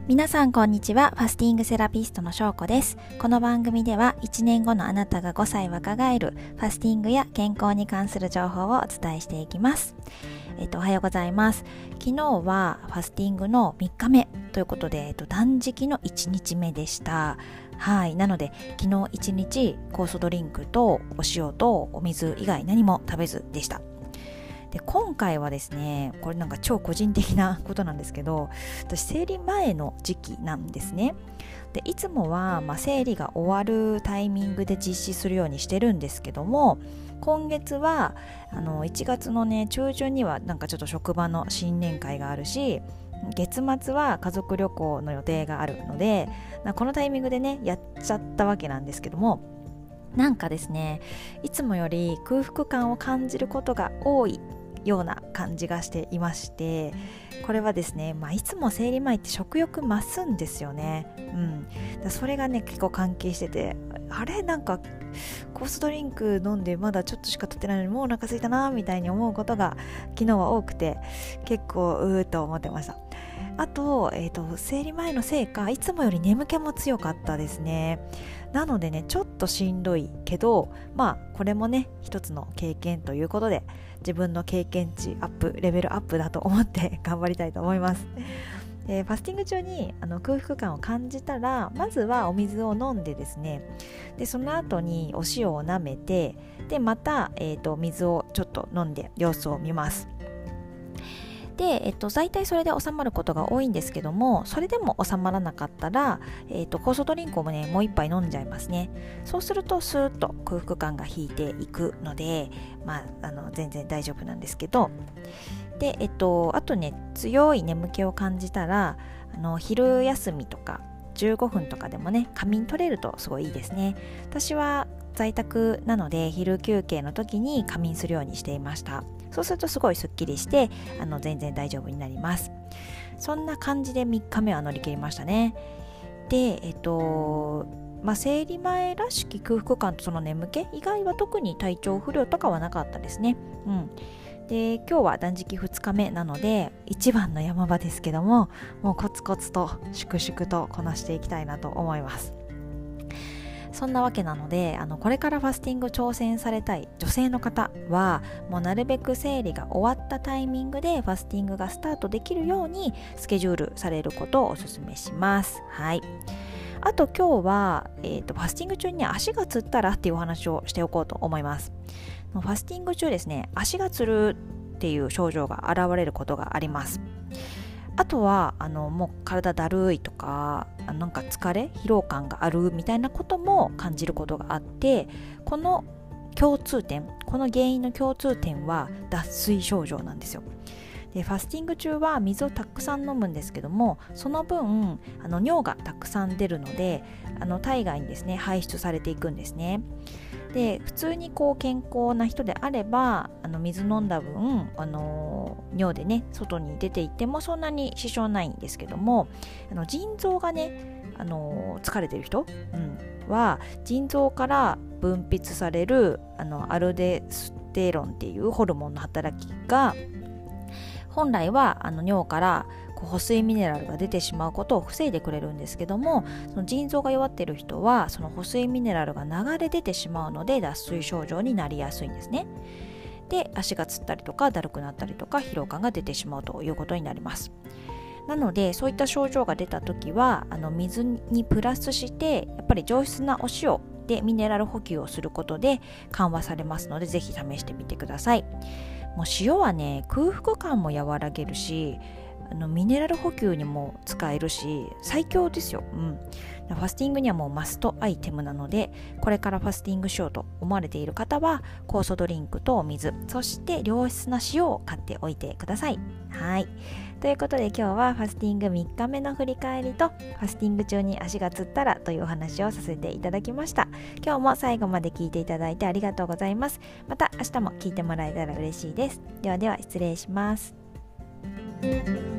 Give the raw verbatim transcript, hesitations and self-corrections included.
皆さんこんにちは。ファスティングセラピストのしょうこです。この番組ではいちねんごのあなたがごさい若返るファスティングや健康に関する情報をお伝えしていきます。えっとおはようございます。昨日はファスティングのみっかめということで、えっと、断食のいちにちめでした。はい。なので昨日いちにち酵素ドリンクとお塩とお水以外何も食べずでした。で今回はですね、これなんか超個人的なことなんですけど、私生理前の時期なんですね。でいつもは、まあ、生理が終わるタイミングで実施するようにしてるんですけども、今月はあのいちがつのね中旬にはなんかちょっと職場の新年会があるし、月末は家族旅行の予定があるので、このタイミングでねやっちゃったわけなんですけども、なんかですね、いつもより空腹感を感じることが多いような感じがしていまして、これはですね、まあ、いつも生理前って食欲増すんですよね。うん、だそれがね結構関係してて、あれなんか酵素ドリンク飲んでまだちょっとしか経ってないのにもうお腹空いたなみたいに思うことが昨日は多くて、結構うーっと思ってました。あと、えーと、生理前のせいかいつもより眠気も強かったですね。なのでねちょっとしんどいけど、まあこれもね一つの経験ということで、自分の経験値アップ、レベルアップだと思って頑張りたいと思います。でファスティング中にあの空腹感を感じたら、まずはお水を飲んでですね、でその後にお塩を舐めて、でまた、えーと、水をちょっと飲んで様子を見ます。で、えっと、大体それで収まることが多いんですけども、それでも収まらなかったら、えっと、酵素ドリンクをねもう一杯飲んじゃいますね。そうするとスーッと空腹感が引いていくので、まあ、あの全然大丈夫なんですけど、で、えっと、あとね強い眠気を感じたら、あの昼休みとかじゅうごふんとかでもね仮眠取れるとすごいいいですね。私は在宅なので昼休憩の時に仮眠するようにしていました。そうするとすごいすっきりして、あの全然大丈夫になります。そんな感じでみっかめは乗り切りましたね。で、えっとまあ、生理前らしき空腹感とその眠気以外は特に体調不良とかはなかったですね。うん。で今日は断食ふつかめなので一番の山場ですけども、もうコツコツと粛々とこなしていきたいなと思います。そんなわけなので、あのこれからファスティング挑戦されたい女性の方は、もうなるべく生理が終わったタイミングでファスティングがスタートできるようにスケジュールされることをお勧めします。はい。あと今日は、えーと、ファスティング中に、ね、足がつったらっていうお話をしておこうと思います。ファスティング中ですね、足がつるっていう症状が現れることがあります。あとはあのもう体だるいとか、なんか疲れ疲労感があるみたいなことも感じることがあって、この共通点この原因の共通点は脱水症状なんですよ。でファスティング中は水をたくさん飲むんですけども、その分あの尿がたくさん出るので、あの体外にですね排出されていくんですね。で普通にこう健康な人であれば、あの水飲んだ分、あのー、尿でね外に出ていってもそんなに支障ないんですけども、あの腎臓がね、あのー、疲れてる人、うん、は腎臓から分泌されるあのアルデステロンっていうホルモンの働きが、本来はあの尿からこう保水ミネラルが出てしまうことを防いでくれるんですけども、その腎臓が弱っている人はその保水ミネラルが流れ出てしまうので脱水症状になりやすいんですね。で足がつったりとかだるくなったりとか疲労感が出てしまうということになります。なのでそういった症状が出た時は、あの水にプラスしてやっぱり上質なお塩でミネラル補給をすることで緩和されますので、ぜひ試してみてください。もう塩はね空腹感も和らげるし、あのミネラル補給にも使えるし最強ですよ。うん、ファスティングにはもうマストアイテムなので、これからファスティングしようと思われている方は酵素ドリンクとお水、そして良質な塩を買っておいてください。はい。ということで今日はファスティングみっかめの振り返りと、ファスティング中に足がつったらというお話をさせていただきました。今日も最後まで聞いていただいてありがとうございます。また明日も聞いてもらえたら嬉しいです。ではでは失礼します。